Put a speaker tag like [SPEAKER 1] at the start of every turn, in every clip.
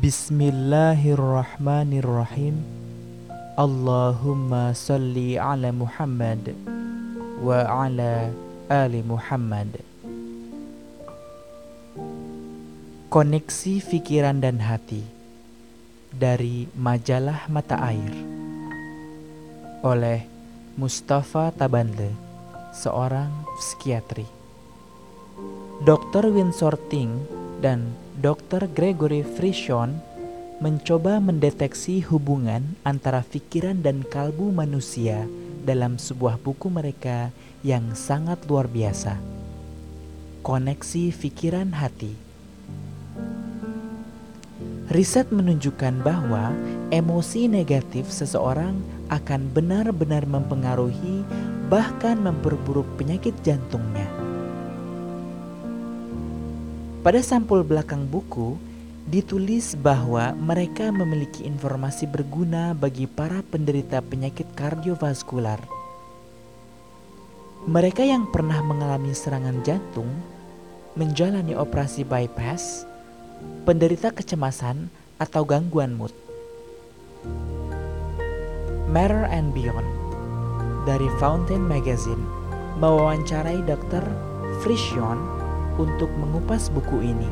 [SPEAKER 1] Bismillahirrahmanirrahim. Allahumma salli ala Muhammad wa ala ali Muhammad. Koneksi pikiran dan hati dari majalah Mata Air oleh Mustafa Tabanle, seorang psikiatri. Dr. Winsor Ting dan Dr. Gregory Frischon mencoba mendeteksi hubungan antara pikiran dan kalbu manusia dalam sebuah buku mereka yang sangat luar biasa, Koneksi Pikiran Hati. Riset menunjukkan bahwa emosi negatif seseorang akan benar-benar mempengaruhi, bahkan memperburuk penyakit jantungnya. Pada sampul belakang buku, ditulis bahwa mereka memiliki informasi berguna bagi para penderita penyakit kardiovaskular. Mereka yang pernah mengalami serangan jantung, menjalani operasi bypass, penderita kecemasan atau gangguan mood. Matter and Beyond dari Fountain Magazine mewawancarai Dr. Frischon untuk mengupas buku ini.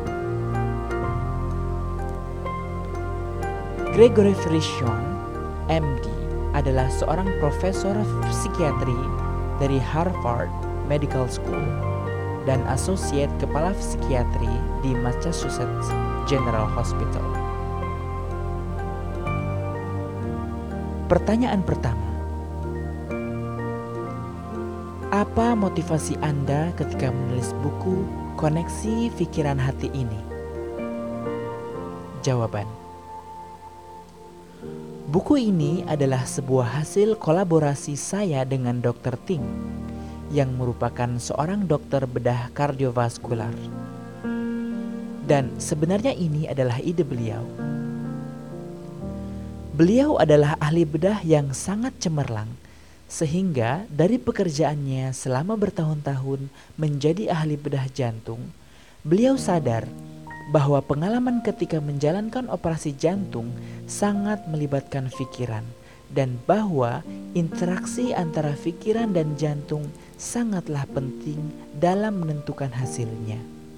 [SPEAKER 1] Gregory Frischon, MD, adalah seorang profesor psikiatri dari Harvard Medical School dan asosiat kepala psikiatri di Massachusetts General Hospital. Pertanyaan pertama: apa motivasi Anda ketika menulis buku Koneksi Pikiran Hati ini? Jawaban: buku ini adalah sebuah hasil kolaborasi saya dengan Dr. Ting, yang merupakan seorang dokter bedah kardiovaskular. Dan sebenarnya ini adalah ide beliau. Beliau adalah ahli bedah yang sangat cemerlang, sehingga dari pekerjaannya selama bertahun-tahun menjadi ahli bedah jantung, beliau sadar bahwa pengalaman ketika menjalankan operasi jantung sangat melibatkan pikiran, dan bahwa interaksi antara pikiran dan jantung sangatlah penting dalam menentukan hasilnya.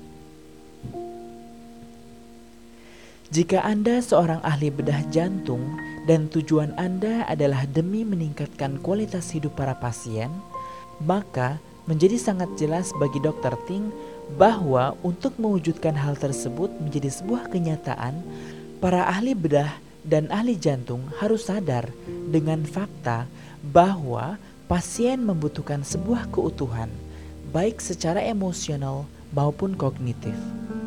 [SPEAKER 1] Jika Anda seorang ahli bedah jantung dan tujuan Anda adalah demi meningkatkan kualitas hidup para pasien, maka menjadi sangat jelas bagi Dr. Ting bahwa untuk mewujudkan hal tersebut menjadi sebuah kenyataan, para ahli bedah dan ahli jantung harus sadar dengan fakta bahwa pasien membutuhkan sebuah keutuhan, baik secara emosional maupun kognitif.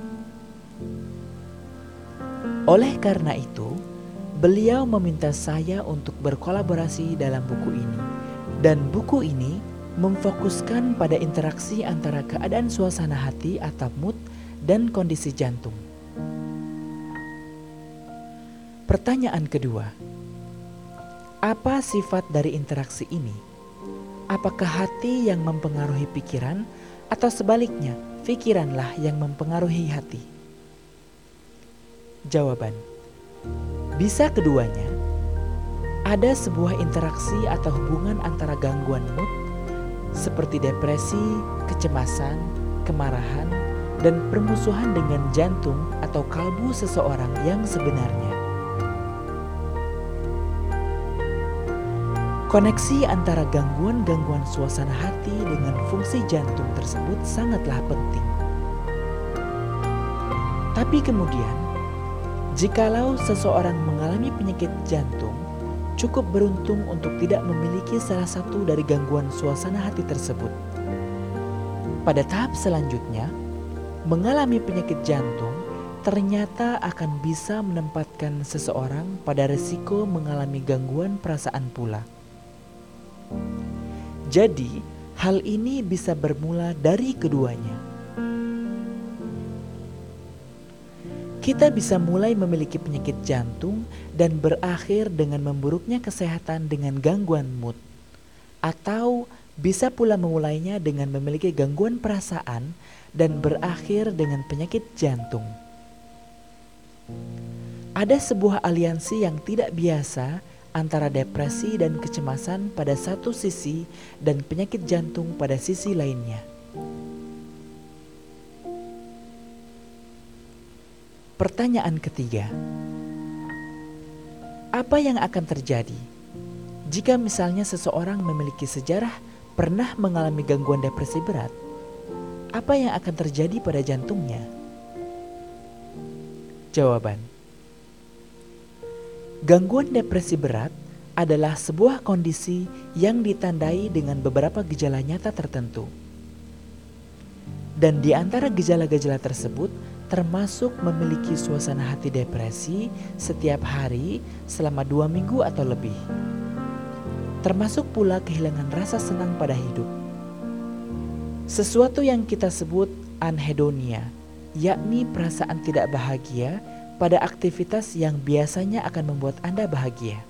[SPEAKER 1] Oleh karena itu, beliau meminta saya untuk berkolaborasi dalam buku ini, dan buku ini memfokuskan pada interaksi antara keadaan suasana hati atau mood dan kondisi jantung. Pertanyaan kedua: apa sifat dari interaksi ini? Apakah hati yang mempengaruhi pikiran, atau sebaliknya, pikiranlah yang mempengaruhi hati? Jawaban: bisa keduanya. Ada sebuah interaksi atau hubungan antara gangguan mood seperti depresi, kecemasan, kemarahan, dan permusuhan dengan jantung atau kalbu seseorang yang sebenarnya. Koneksi antara gangguan-gangguan suasana hati dengan fungsi jantung tersebut sangatlah penting. Tapi kemudian, jikalau seseorang mengalami penyakit jantung, cukup beruntung untuk tidak memiliki salah satu dari gangguan suasana hati tersebut. Pada tahap selanjutnya, mengalami penyakit jantung ternyata akan bisa menempatkan seseorang pada risiko mengalami gangguan perasaan pula. Jadi, hal ini bisa bermula dari keduanya. Kita bisa mulai memiliki penyakit jantung dan berakhir dengan memburuknya kesehatan dengan gangguan mood, atau bisa pula memulainya dengan memiliki gangguan perasaan dan berakhir dengan penyakit jantung. Ada sebuah aliansi yang tidak biasa antara depresi dan kecemasan pada satu sisi dan penyakit jantung pada sisi lainnya. Pertanyaan ketiga, apa yang akan terjadi jika misalnya seseorang memiliki sejarah pernah mengalami gangguan depresi berat? Apa yang akan terjadi pada jantungnya? Jawaban: gangguan depresi berat adalah sebuah kondisi yang ditandai dengan beberapa gejala nyata tertentu. Dan di antara gejala-gejala tersebut termasuk memiliki suasana hati depresi setiap hari selama 2 minggu atau lebih. Termasuk pula kehilangan rasa senang pada hidup. Sesuatu yang kita sebut anhedonia, yakni perasaan tidak bahagia pada aktivitas yang biasanya akan membuat Anda bahagia.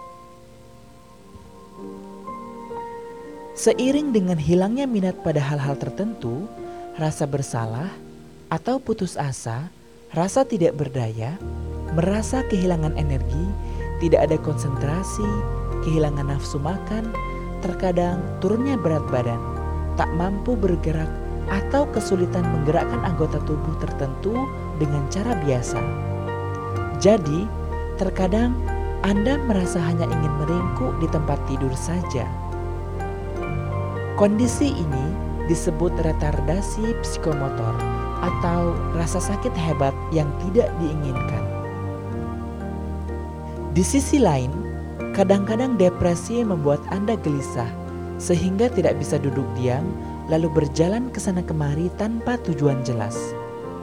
[SPEAKER 1] Seiring dengan hilangnya minat pada hal-hal tertentu, rasa bersalah atau putus asa, rasa tidak berdaya, merasa kehilangan energi, tidak ada konsentrasi, kehilangan nafsu makan, terkadang turunnya berat badan, tak mampu bergerak, atau kesulitan menggerakkan anggota tubuh tertentu dengan cara biasa. Jadi, terkadang Anda merasa hanya ingin meringkuk di tempat tidur saja. Kondisi ini disebut retardasi psikomotor atau rasa sakit hebat yang tidak diinginkan. Di sisi lain, kadang-kadang depresi membuat Anda gelisah sehingga tidak bisa duduk diam lalu berjalan ke sana kemari tanpa tujuan jelas.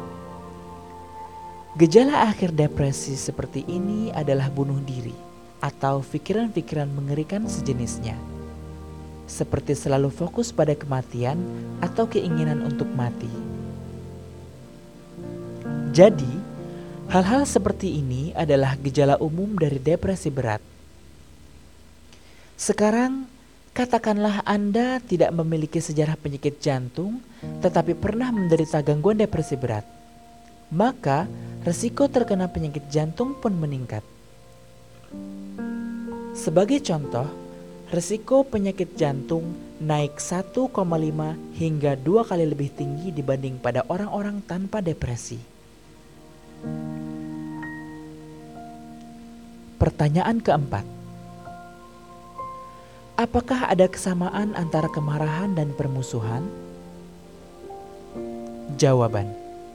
[SPEAKER 1] Gejala akhir depresi seperti ini adalah bunuh diri atau pikiran-pikiran mengerikan sejenisnya. Seperti selalu fokus pada kematian atau keinginan untuk mati. Jadi, hal-hal seperti ini adalah gejala umum dari depresi berat. Sekarang, katakanlah Anda tidak memiliki sejarah penyakit jantung, tetapi pernah menderita gangguan depresi berat. Maka, resiko terkena penyakit jantung pun meningkat. Sebagai contoh, resiko penyakit jantung naik 1,5 hingga 2 kali lebih tinggi dibanding pada orang-orang tanpa depresi. Pertanyaan keempat, apakah ada kesamaan antara kemarahan dan permusuhan? Jawaban: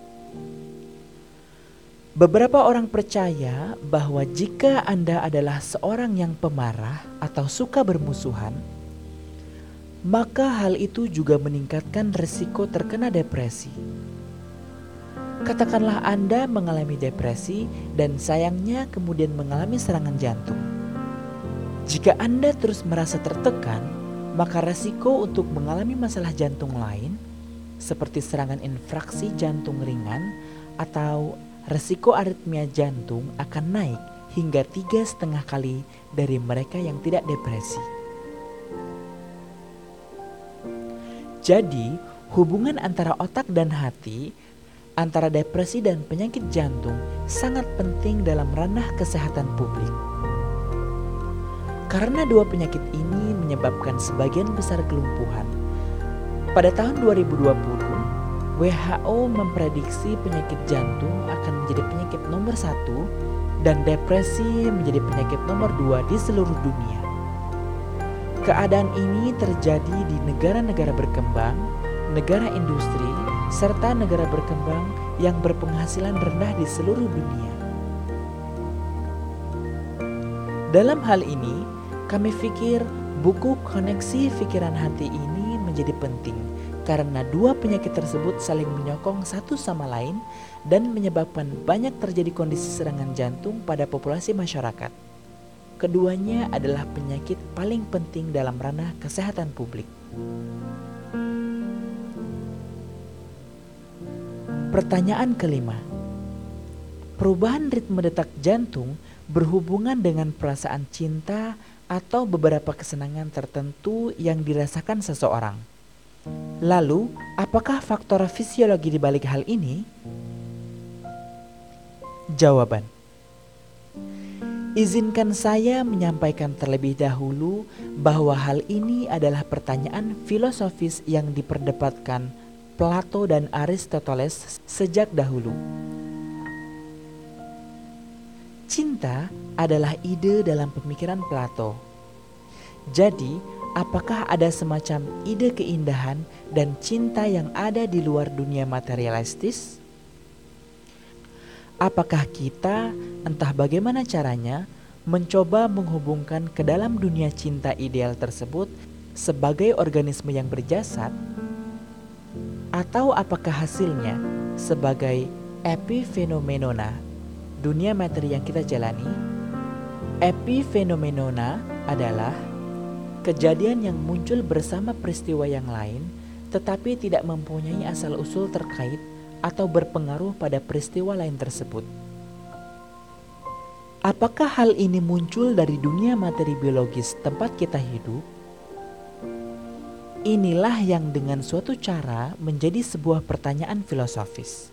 [SPEAKER 1] beberapa orang percaya bahwa jika Anda adalah seorang yang pemarah atau suka bermusuhan, maka hal itu juga meningkatkan risiko terkena depresi. Katakanlah Anda mengalami depresi dan sayangnya kemudian mengalami serangan jantung. Jika Anda terus merasa tertekan, maka risiko untuk mengalami masalah jantung lain seperti serangan infraksi jantung ringan atau risiko aritmia jantung akan naik hingga 3,5 kali dari mereka yang tidak depresi. Jadi, hubungan antara otak dan hati, antara depresi dan penyakit jantung sangat penting dalam ranah kesehatan publik. Karena dua penyakit ini menyebabkan sebagian besar kelumpuhan. Pada tahun 2020, WHO memprediksi penyakit jantung akan menjadi penyakit nomor 1 dan depresi menjadi penyakit nomor 2 di seluruh dunia. Keadaan ini terjadi di negara-negara berkembang, negara industri, serta negara berkembang yang berpenghasilan rendah di seluruh dunia. Dalam hal ini, kami pikir buku Koneksi Pikiran Hati ini menjadi penting karena dua penyakit tersebut saling menyokong satu sama lain dan menyebabkan banyak terjadi kondisi serangan jantung pada populasi masyarakat. Keduanya adalah penyakit paling penting dalam ranah kesehatan publik. Pertanyaan kelima, perubahan ritme detak jantung berhubungan dengan perasaan cinta atau beberapa kesenangan tertentu yang dirasakan seseorang. Lalu, apakah faktor fisiologi di balik hal ini? Jawaban: Izinkan saya menyampaikan terlebih dahulu bahwa hal ini adalah pertanyaan filosofis yang diperdebatkan Plato dan Aristoteles sejak dahulu. Cinta adalah ide dalam pemikiran Plato. Jadi, apakah ada semacam ide keindahan dan cinta yang ada di luar dunia materialistis? Apakah kita, entah bagaimana caranya, mencoba menghubungkan ke dalam dunia cinta ideal tersebut sebagai organisme yang berjasad? Atau apakah hasilnya sebagai epifenomenona, dunia materi yang kita jalani? Epifenomenona adalah kejadian yang muncul bersama peristiwa yang lain tetapi tidak mempunyai asal-usul terkait atau berpengaruh pada peristiwa lain tersebut. Apakah hal ini muncul dari dunia materi biologis tempat kita hidup? Inilah yang dengan suatu cara menjadi sebuah pertanyaan filosofis.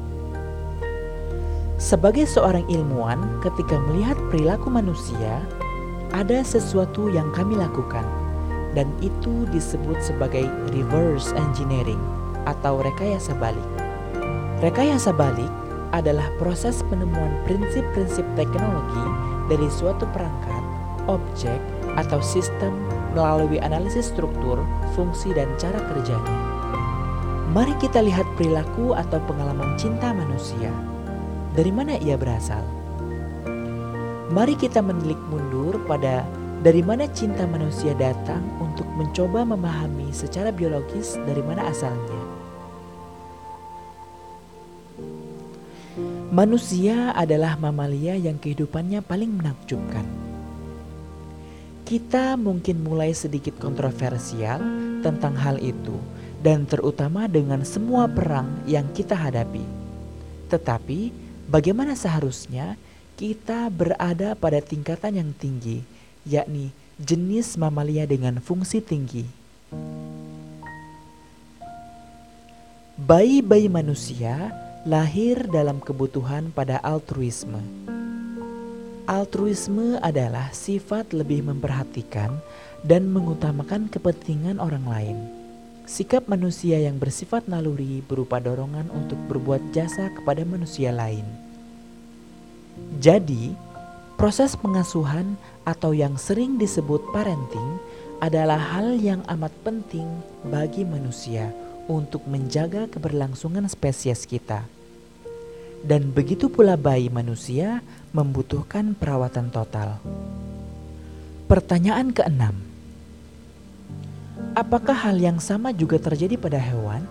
[SPEAKER 1] Sebagai seorang ilmuwan, ketika melihat perilaku manusia, ada sesuatu yang kami lakukan, dan itu disebut sebagai reverse engineering atau rekayasa balik. Rekayasa balik adalah proses penemuan prinsip-prinsip teknologi dari suatu perangkat, objek, atau sistem melalui analisis struktur, fungsi, dan cara kerjanya. Mari kita lihat perilaku atau pengalaman cinta manusia. Dari mana ia berasal? Mari kita menilik mundur pada dari mana cinta manusia datang untuk mencoba memahami secara biologis dari mana asalnya. Manusia adalah mamalia yang kehidupannya paling menakjubkan. Kita mungkin mulai sedikit kontroversial tentang hal itu, dan terutama dengan semua perang yang kita hadapi. Tetapi, bagaimana seharusnya kita berada pada tingkatan yang tinggi, yakni jenis mamalia dengan fungsi tinggi. Bayi-bayi manusia lahir dalam kebutuhan pada altruisme. Altruisme adalah sifat lebih memperhatikan dan mengutamakan kepentingan orang lain. Sikap manusia yang bersifat naluri berupa dorongan untuk berbuat jasa kepada manusia lain. Jadi, proses pengasuhan atau yang sering disebut parenting adalah hal yang amat penting bagi manusia untuk menjaga keberlangsungan spesies kita. Dan begitu pula bayi manusia membutuhkan perawatan total. Pertanyaan keenam. Apakah hal yang sama juga terjadi pada hewan?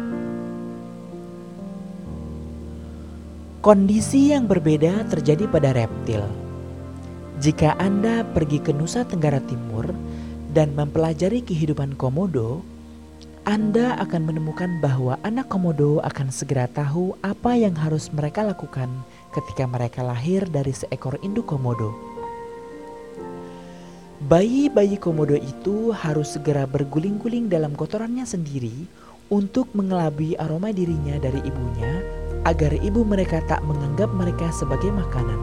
[SPEAKER 1] Kondisi yang berbeda terjadi pada reptil. Jika Anda pergi ke Nusa Tenggara Timur dan mempelajari kehidupan komodo, Anda akan menemukan bahwa anak komodo akan segera tahu apa yang harus mereka lakukan ketika mereka lahir dari seekor induk komodo. Bayi-bayi komodo itu harus segera berguling-guling dalam kotorannya sendiri untuk mengelabui aroma dirinya dari ibunya agar ibu mereka tak menganggap mereka sebagai makanan.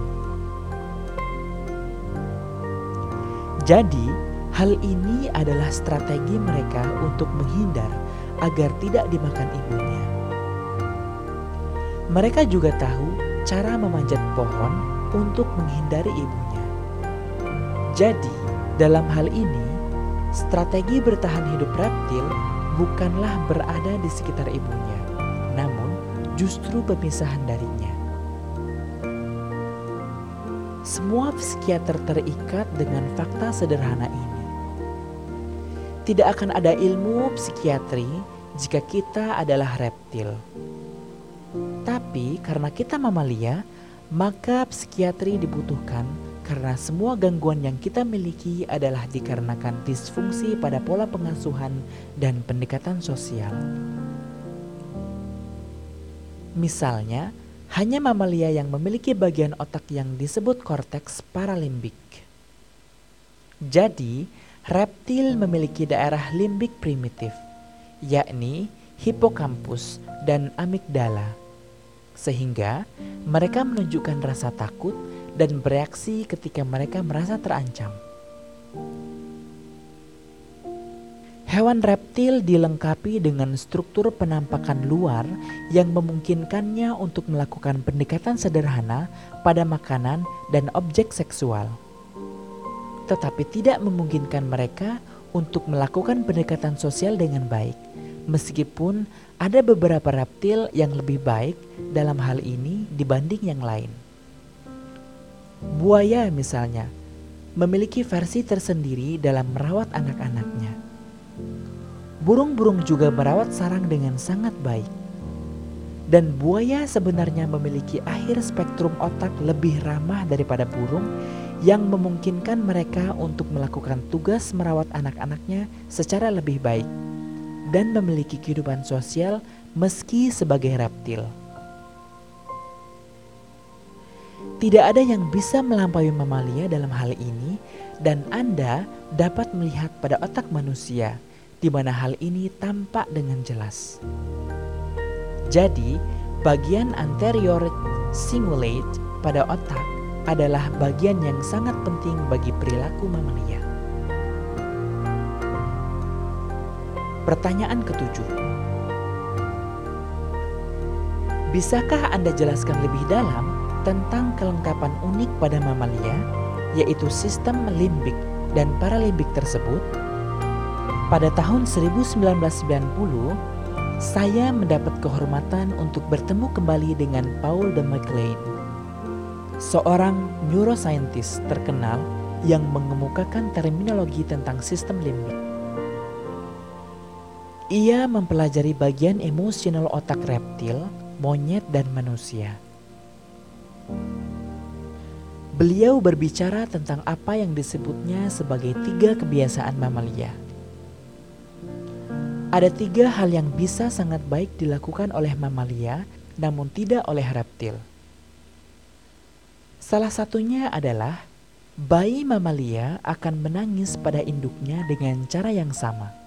[SPEAKER 1] Jadi, hal ini adalah strategi mereka untuk menghindar agar tidak dimakan ibunya. Mereka juga tahu cara memanjat pohon untuk menghindari ibunya. Jadi, dalam hal ini, strategi bertahan hidup reptil bukanlah berada di sekitar ibunya, namun justru pemisahan darinya. Semua psikiater terikat dengan fakta sederhana ini. Tidak akan ada ilmu psikiatri jika kita adalah reptil. Tapi karena kita mamalia, maka psikiatri dibutuhkan karena semua gangguan yang kita miliki adalah dikarenakan disfungsi pada pola pengasuhan dan pendekatan sosial. Misalnya, hanya mamalia yang memiliki bagian otak yang disebut korteks paralimbik. Jadi, reptil memiliki daerah limbik primitif, yakni hipokampus dan amigdala, sehingga mereka menunjukkan rasa takut dan bereaksi ketika mereka merasa terancam. Hewan reptil dilengkapi dengan struktur penampakan luar yang memungkinkannya untuk melakukan pendekatan sederhana pada makanan dan objek seksual. Tetapi tidak memungkinkan mereka untuk melakukan pendekatan sosial dengan baik, meskipun ada beberapa reptil yang lebih baik dalam hal ini dibanding yang lain. Buaya misalnya, memiliki versi tersendiri dalam merawat anak-anaknya. Burung-burung juga merawat sarang dengan sangat baik. Dan buaya sebenarnya memiliki akhir spektrum otak lebih ramah daripada burung yang memungkinkan mereka untuk melakukan tugas merawat anak-anaknya secara lebih baik dan memiliki kehidupan sosial meski sebagai reptil. Tidak ada yang bisa melampaui mamalia dalam hal ini, dan Anda dapat melihat pada otak manusia di mana hal ini tampak dengan jelas. Jadi, bagian anterior cingulate pada otak adalah bagian yang sangat penting bagi perilaku mamalia. Pertanyaan ketujuh. Bisakah Anda jelaskan lebih dalam tentang kelengkapan unik pada mamalia, yaitu sistem limbik dan paralimbik tersebut? Pada tahun 1990, saya mendapat kehormatan untuk bertemu kembali dengan Paul de MacLean, seorang neuroscientist terkenal yang mengemukakan terminologi tentang sistem limbik. Ia mempelajari bagian emosional otak reptil, monyet, dan manusia. Beliau berbicara tentang apa yang disebutnya sebagai 3 kebiasaan mamalia. Ada 3 hal yang bisa sangat baik dilakukan oleh mamalia, namun tidak oleh reptil. Salah satunya adalah bayi mamalia akan menangis pada induknya dengan cara yang sama.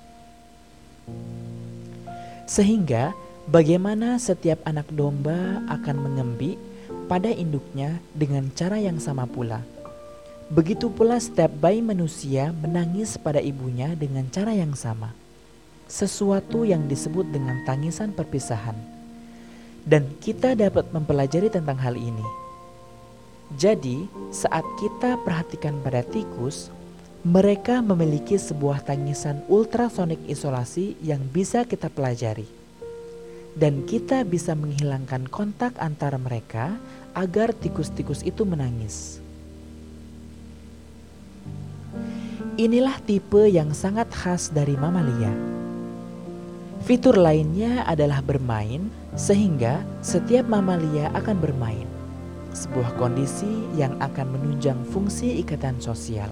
[SPEAKER 1] Sehingga bagaimana setiap anak domba akan mengembik pada induknya dengan cara yang sama pula. Begitu pula setiap bayi manusia menangis pada ibunya dengan cara yang sama. Sesuatu yang disebut dengan tangisan perpisahan. Dan kita dapat mempelajari tentang hal ini. Jadi, saat kita perhatikan pada tikus, mereka memiliki sebuah tangisan ultrasonik isolasi yang bisa kita pelajari. Dan kita bisa menghilangkan kontak antara mereka agar tikus-tikus itu menangis. Inilah tipe yang sangat khas dari mamalia. Fitur lainnya adalah bermain, sehingga setiap mamalia akan bermain. Sebuah kondisi yang akan menunjang fungsi ikatan sosial.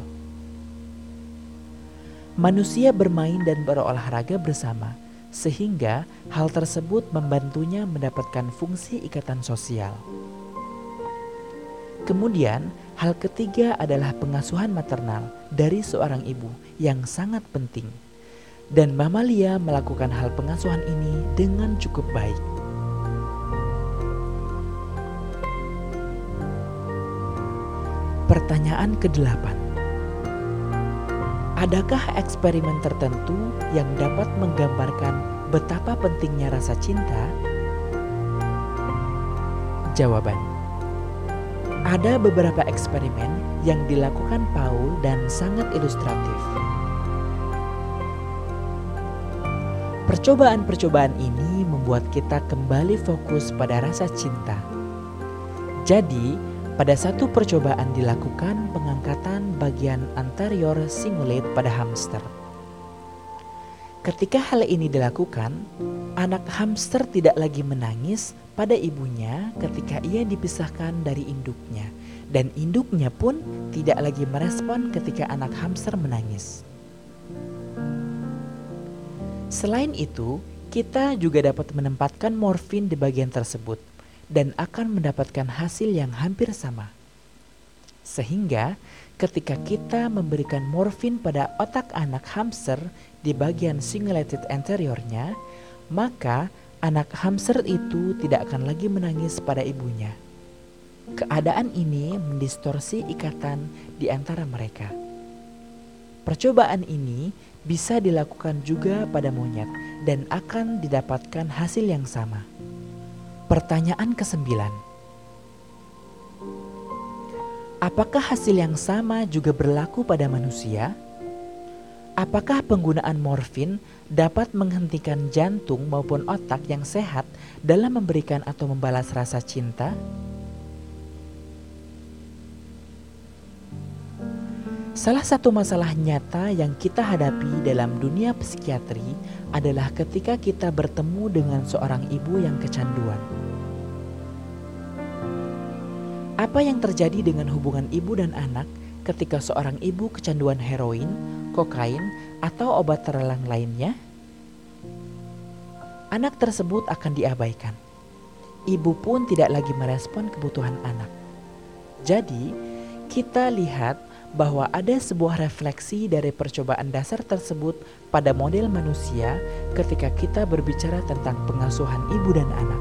[SPEAKER 1] Manusia bermain dan berolahraga bersama, sehingga hal tersebut membantunya mendapatkan fungsi ikatan sosial. Kemudian, hal ketiga adalah pengasuhan maternal dari seorang ibu yang sangat penting. Dan mamalia melakukan hal pengasuhan ini dengan cukup baik. Pertanyaan ke-8. Adakah eksperimen tertentu yang dapat menggambarkan betapa pentingnya rasa cinta? Jawaban. Ada beberapa eksperimen yang dilakukan Paul dan sangat ilustratif. Percobaan-percobaan ini membuat kita kembali fokus pada rasa cinta. Jadi, pada satu percobaan dilakukan pengangkatan bagian anterior cingulate pada hamster. Ketika hal ini dilakukan, anak hamster tidak lagi menangis pada ibunya ketika ia dipisahkan dari induknya, dan induknya pun tidak lagi merespon ketika anak hamster menangis. Selain itu, kita juga dapat menempatkan morfin di bagian tersebut dan akan mendapatkan hasil yang hampir sama. Sehingga ketika kita memberikan morfin pada otak anak hamster di bagian cingulated anteriornya, maka anak hamster itu tidak akan lagi menangis pada ibunya. Keadaan ini mendistorsi ikatan di antara mereka. Percobaan ini bisa dilakukan juga pada monyet dan akan didapatkan hasil yang sama. Pertanyaan ke-9. Apakah hasil yang sama juga berlaku pada manusia? Apakah penggunaan morfin dapat menghentikan jantung maupun otak yang sehat dalam memberikan atau membalas rasa cinta? Salah satu masalah nyata yang kita hadapi dalam dunia psikiatri adalah ketika kita bertemu dengan seorang ibu yang kecanduan. Apa yang terjadi dengan hubungan ibu dan anak ketika seorang ibu kecanduan heroin, kokain, atau obat terlarang lainnya? Anak tersebut akan diabaikan. Ibu pun tidak lagi merespon kebutuhan anak. Jadi, kita lihat bahwa ada sebuah refleksi dari percobaan dasar tersebut pada model manusia ketika kita berbicara tentang pengasuhan ibu dan anak.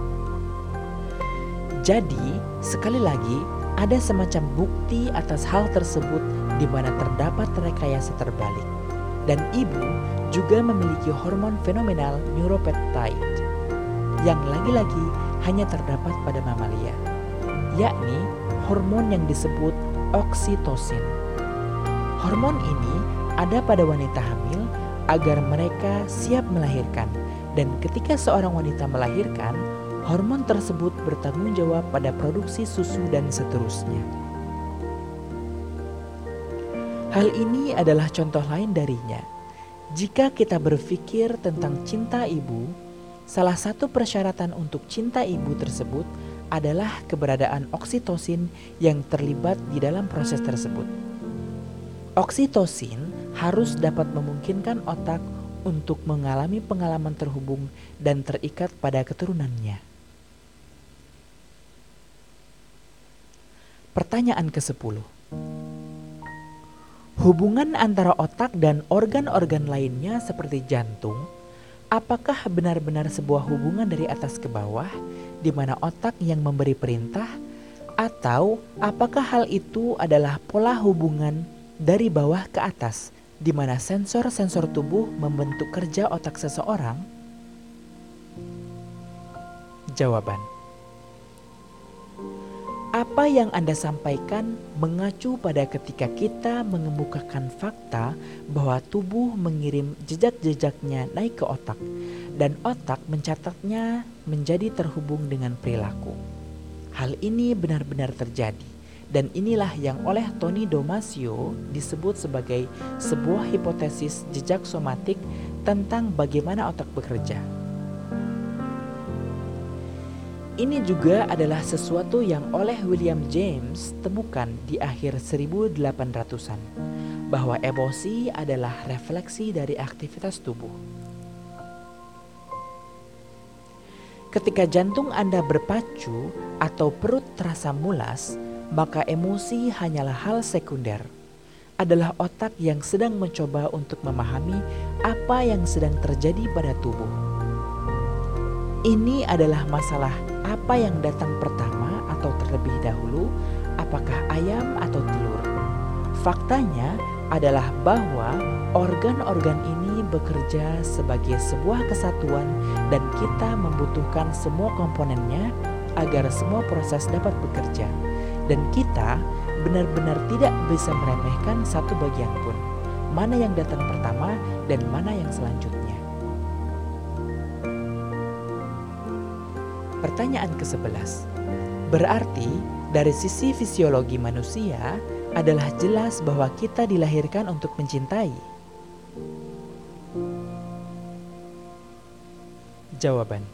[SPEAKER 1] Jadi, sekali lagi, ada semacam bukti atas hal tersebut di mana terdapat rekayasa terbalik. Dan ibu juga memiliki hormon fenomenal neuropeptide yang lagi-lagi hanya terdapat pada mamalia, yakni hormon yang disebut oksitosin. Hormon ini ada pada wanita hamil agar mereka siap melahirkan, dan ketika seorang wanita melahirkan, hormon tersebut bertanggung jawab pada produksi susu dan seterusnya. Hal ini adalah contoh lain darinya. Jika kita berpikir tentang cinta ibu, salah satu persyaratan untuk cinta ibu tersebut adalah keberadaan oksitosin yang terlibat di dalam proses tersebut. Oksitosin harus dapat memungkinkan otak untuk mengalami pengalaman terhubung dan terikat pada keturunannya. Pertanyaan ke-10. Hubungan antara otak dan organ-organ lainnya seperti jantung, apakah benar-benar sebuah hubungan dari atas ke bawah, di mana otak yang memberi perintah, atau apakah hal itu adalah pola hubungan dari bawah ke atas, di mana sensor-sensor tubuh membentuk kerja otak seseorang? Jawaban. Apa yang Anda sampaikan mengacu pada ketika kita mengemukakan fakta bahwa tubuh mengirim jejak-jejaknya naik ke otak, dan otak mencatatnya menjadi terhubung dengan perilaku. Hal ini benar-benar terjadi. Dan inilah yang oleh Tony Damasio disebut sebagai sebuah hipotesis jejak somatik tentang bagaimana otak bekerja. Ini juga adalah sesuatu yang oleh William James temukan di akhir 1800-an, bahwa emosi adalah refleksi dari aktivitas tubuh. Ketika jantung Anda berpacu atau perut terasa mulas, maka emosi hanyalah hal sekunder. Adalah otak yang sedang mencoba untuk memahami apa yang sedang terjadi pada tubuh. Ini adalah masalah apa yang datang pertama atau terlebih dahulu, apakah ayam atau telur. Faktanya adalah bahwa organ-organ ini bekerja sebagai sebuah kesatuan dan kita membutuhkan semua komponennya agar semua proses dapat bekerja. Dan kita benar-benar tidak bisa meremehkan satu bagian pun, mana yang datang pertama dan mana yang selanjutnya. Pertanyaan ke-11. Berarti dari sisi fisiologi manusia adalah jelas bahwa kita dilahirkan untuk mencintai. Jawaban.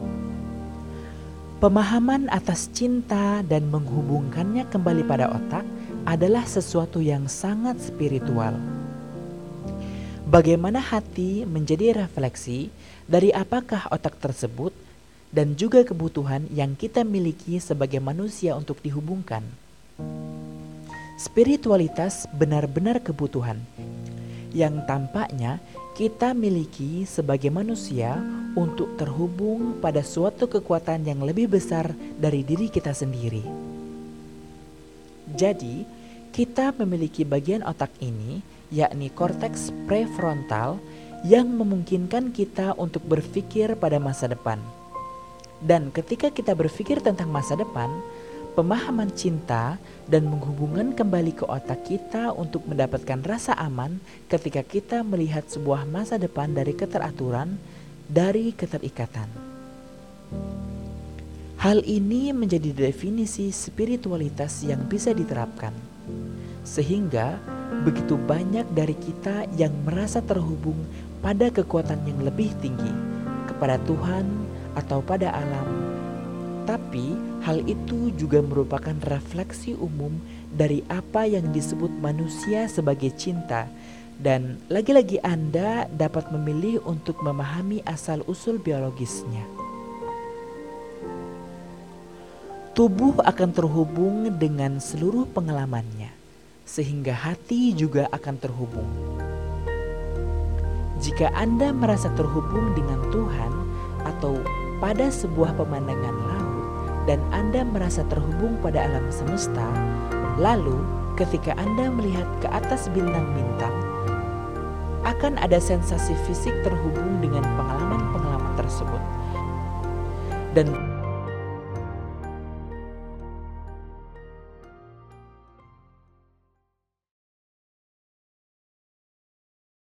[SPEAKER 1] Pemahaman atas cinta dan menghubungkannya kembali pada otak adalah sesuatu yang sangat spiritual. Bagaimana hati menjadi refleksi dari apakah otak tersebut dan juga kebutuhan yang kita miliki sebagai manusia untuk dihubungkan. Spiritualitas benar-benar kebutuhan yang tampaknya kita miliki sebagai manusia untuk terhubung pada suatu kekuatan yang lebih besar dari diri kita sendiri. Jadi, kita memiliki bagian otak ini, yakni korteks prefrontal, yang memungkinkan kita untuk berpikir pada masa depan. Dan ketika kita berpikir tentang masa depan, pemahaman cinta dan menghubungkan kembali ke otak kita untuk mendapatkan rasa aman ketika kita melihat sebuah masa depan dari keteraturan, dari keterikatan. Hal ini menjadi definisi spiritualitas yang bisa diterapkan. Sehingga begitu banyak dari kita yang merasa terhubung pada kekuatan yang lebih tinggi, kepada Tuhan atau pada alam. Tapi hal itu juga merupakan refleksi umum dari apa yang disebut manusia sebagai cinta. Dan lagi-lagi Anda dapat memilih untuk memahami asal-usul biologisnya. Tubuh akan terhubung dengan seluruh pengalamannya, sehingga hati juga akan terhubung. Jika Anda merasa terhubung dengan Tuhan atau pada sebuah pemandangan laut, dan Anda merasa terhubung pada alam semesta, lalu ketika Anda melihat ke atas bintang-bintang, akan ada sensasi fisik terhubung dengan pengalaman-pengalaman tersebut. Dan